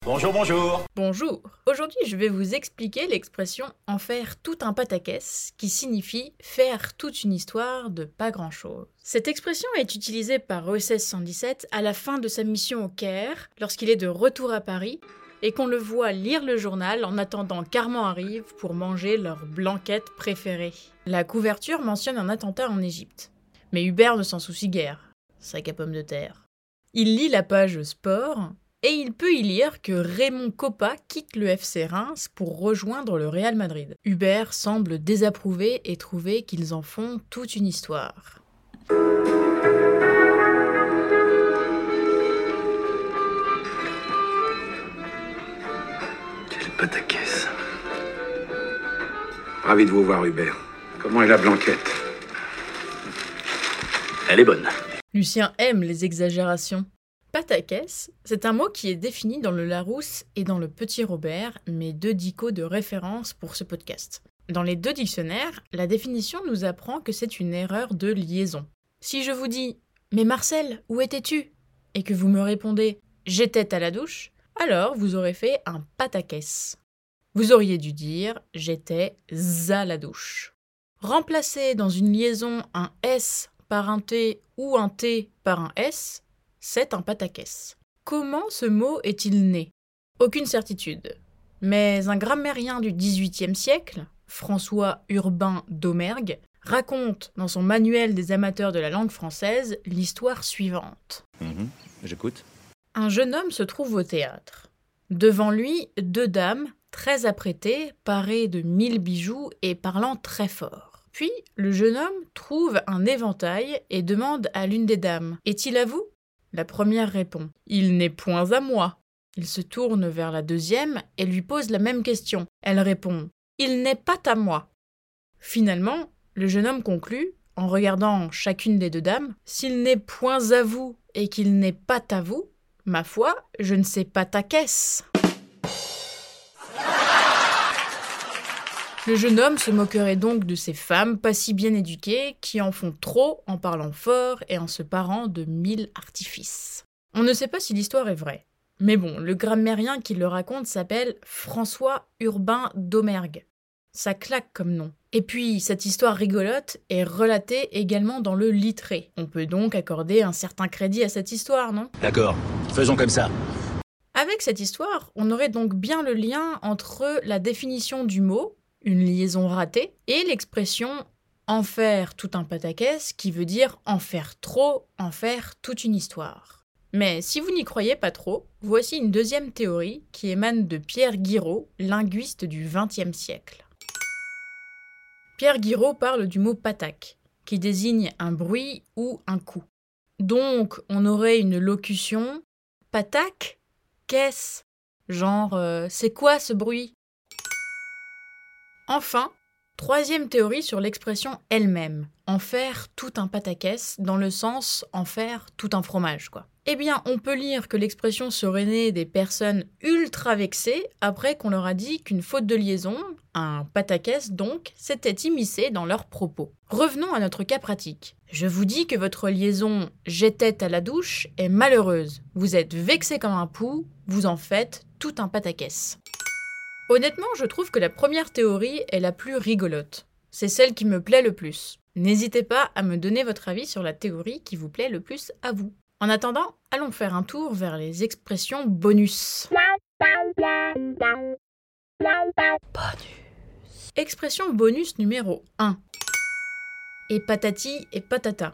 Bonjour, bonjour. Bonjour. Aujourd'hui, je vais vous expliquer l'expression « en faire tout un pataquès » qui signifie « faire toute une histoire de pas grand-chose ». Cette expression est utilisée par OSS 117 à la fin de sa mission au Caire, lorsqu'il est de retour à Paris, et qu'on le voit lire le journal en attendant qu'Armand arrive pour manger leur blanquette préférée. La couverture mentionne un attentat en Égypte. Mais Hubert ne s'en soucie guère. Sac à pommes de terre. Il lit la page sport, et il peut y lire que Raymond Kopa quitte le FC Reims pour rejoindre le Real Madrid. Hubert semble désapprouver et trouver qu'ils en font toute une histoire. Quel pataquès. Ravi de vous voir, Hubert. Comment est la blanquette? Elle est bonne. Lucien aime les exagérations. Pataquès, c'est un mot qui est défini dans le Larousse et dans le Petit Robert, mes deux dicos de référence pour ce podcast. Dans les deux dictionnaires, la définition nous apprend que c'est une erreur de liaison. Si je vous dis « Mais Marcel, où étais-tu » et que vous me répondez « J'étais à la douche », alors vous aurez fait un pataquès. Vous auriez dû dire « J'étais à la douche ». Remplacer dans une liaison un S par un T ou un T par un S, c'est un pataquès. Comment ce mot est-il né? Aucune certitude. Mais un grammairien du XVIIIe siècle, François Urbain d'Aumergue, raconte dans son manuel des amateurs de la langue française l'histoire suivante. J'écoute. Un jeune homme se trouve au théâtre. Devant lui, deux dames, très apprêtées, parées de 1000 bijoux et parlant très fort. Puis, le jeune homme trouve un éventail et demande à l'une des dames « Est-il à vous ?» La première répond « Il n'est point à moi ». Il se tourne vers la deuxième et lui pose la même question. Elle répond « Il n'est pas à moi ». Finalement, le jeune homme conclut, en regardant chacune des deux dames « S'il n'est point à vous et qu'il n'est pas à vous, ma foi, je ne sais pas ta caisse ». Le jeune homme se moquerait donc de ces femmes pas si bien éduquées qui en font trop en parlant fort et en se parant de 1000 artifices. On ne sait pas si l'histoire est vraie. Mais bon, le grammairien qui le raconte s'appelle François Urbain d'Aumergue. Ça claque comme nom. Et puis, cette histoire rigolote est relatée également dans le Littré. On peut donc accorder un certain crédit à cette histoire, non? D'accord, faisons comme ça. Avec cette histoire, on aurait donc bien le lien entre la définition du mot, une liaison ratée, et l'expression « en faire tout un pataquès » qui veut dire « en faire trop, en faire toute une histoire ». Mais si vous n'y croyez pas trop, voici une deuxième théorie qui émane de Pierre Guiraud, linguiste du XXe siècle. Pierre Guiraud parle du mot pataque, qui désigne un bruit ou un coup. Donc, on aurait une locution « pataque, qu'est-ce ?» Genre « c'est quoi ce bruit ?» Enfin, troisième théorie sur l'expression elle-même, en faire tout un pataquès, dans le sens en faire tout un fromage, quoi. Eh bien, on peut lire que l'expression serait née des personnes ultra vexées après qu'on leur a dit qu'une faute de liaison, un pataquès donc, s'était immiscée dans leurs propos. Revenons à notre cas pratique. Je vous dis que votre liaison « j'étais à la douche » est malheureuse. Vous êtes vexé comme un pou, vous en faites tout un pataquès. Honnêtement, je trouve que la première théorie est la plus rigolote. C'est celle qui me plaît le plus. N'hésitez pas à me donner votre avis sur la théorie qui vous plaît le plus à vous. En attendant, allons faire un tour vers les expressions bonus. Expression bonus numéro 1. Et patati et patata.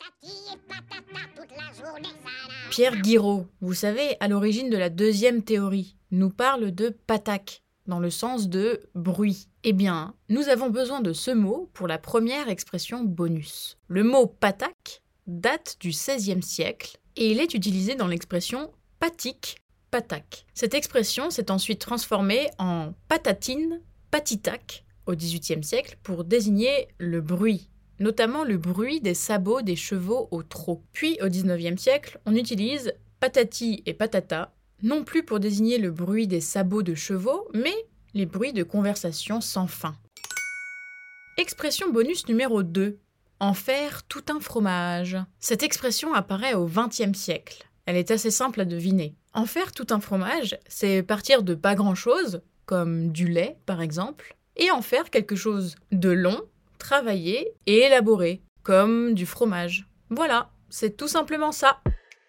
Pierre Guiraud, vous savez, à l'origine de la deuxième théorie, nous parle de pataque, dans le sens de bruit. Eh bien, nous avons besoin de ce mot pour la première expression bonus. Le mot pataque date du XVIe siècle et il est utilisé dans l'expression patique, pataque. Cette expression s'est ensuite transformée en patatine, patitac au XVIIIe siècle pour désigner le bruit, notamment le bruit des sabots des chevaux au trot. Puis au XIXe siècle, on utilise patati et patata, non plus pour désigner le bruit des sabots de chevaux, mais les bruits de conversation sans fin. Expression bonus numéro 2. En faire tout un fromage. Cette expression apparaît au XXe siècle. Elle est assez simple à deviner. En faire tout un fromage, c'est partir de pas grand-chose, comme du lait par exemple, et en faire quelque chose de long, travaillé et élaboré, comme du fromage. Voilà, c'est tout simplement ça.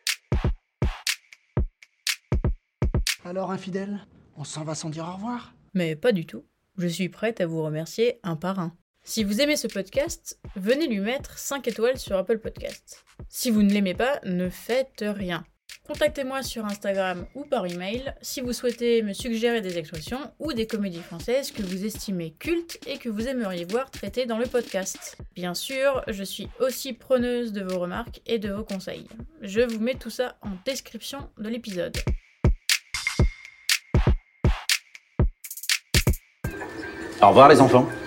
Alors, infidèle, on s'en va sans dire au revoir? Mais pas du tout. Je suis prête à vous remercier un par un. Si vous aimez ce podcast, venez lui mettre 5 étoiles sur Apple Podcasts. Si vous ne l'aimez pas, ne faites rien. Contactez-moi sur Instagram ou par email si vous souhaitez me suggérer des expressions ou des comédies françaises que vous estimez cultes et que vous aimeriez voir traitées dans le podcast. Bien sûr, je suis aussi preneuse de vos remarques et de vos conseils. Je vous mets tout ça en description de l'épisode. Au revoir les enfants.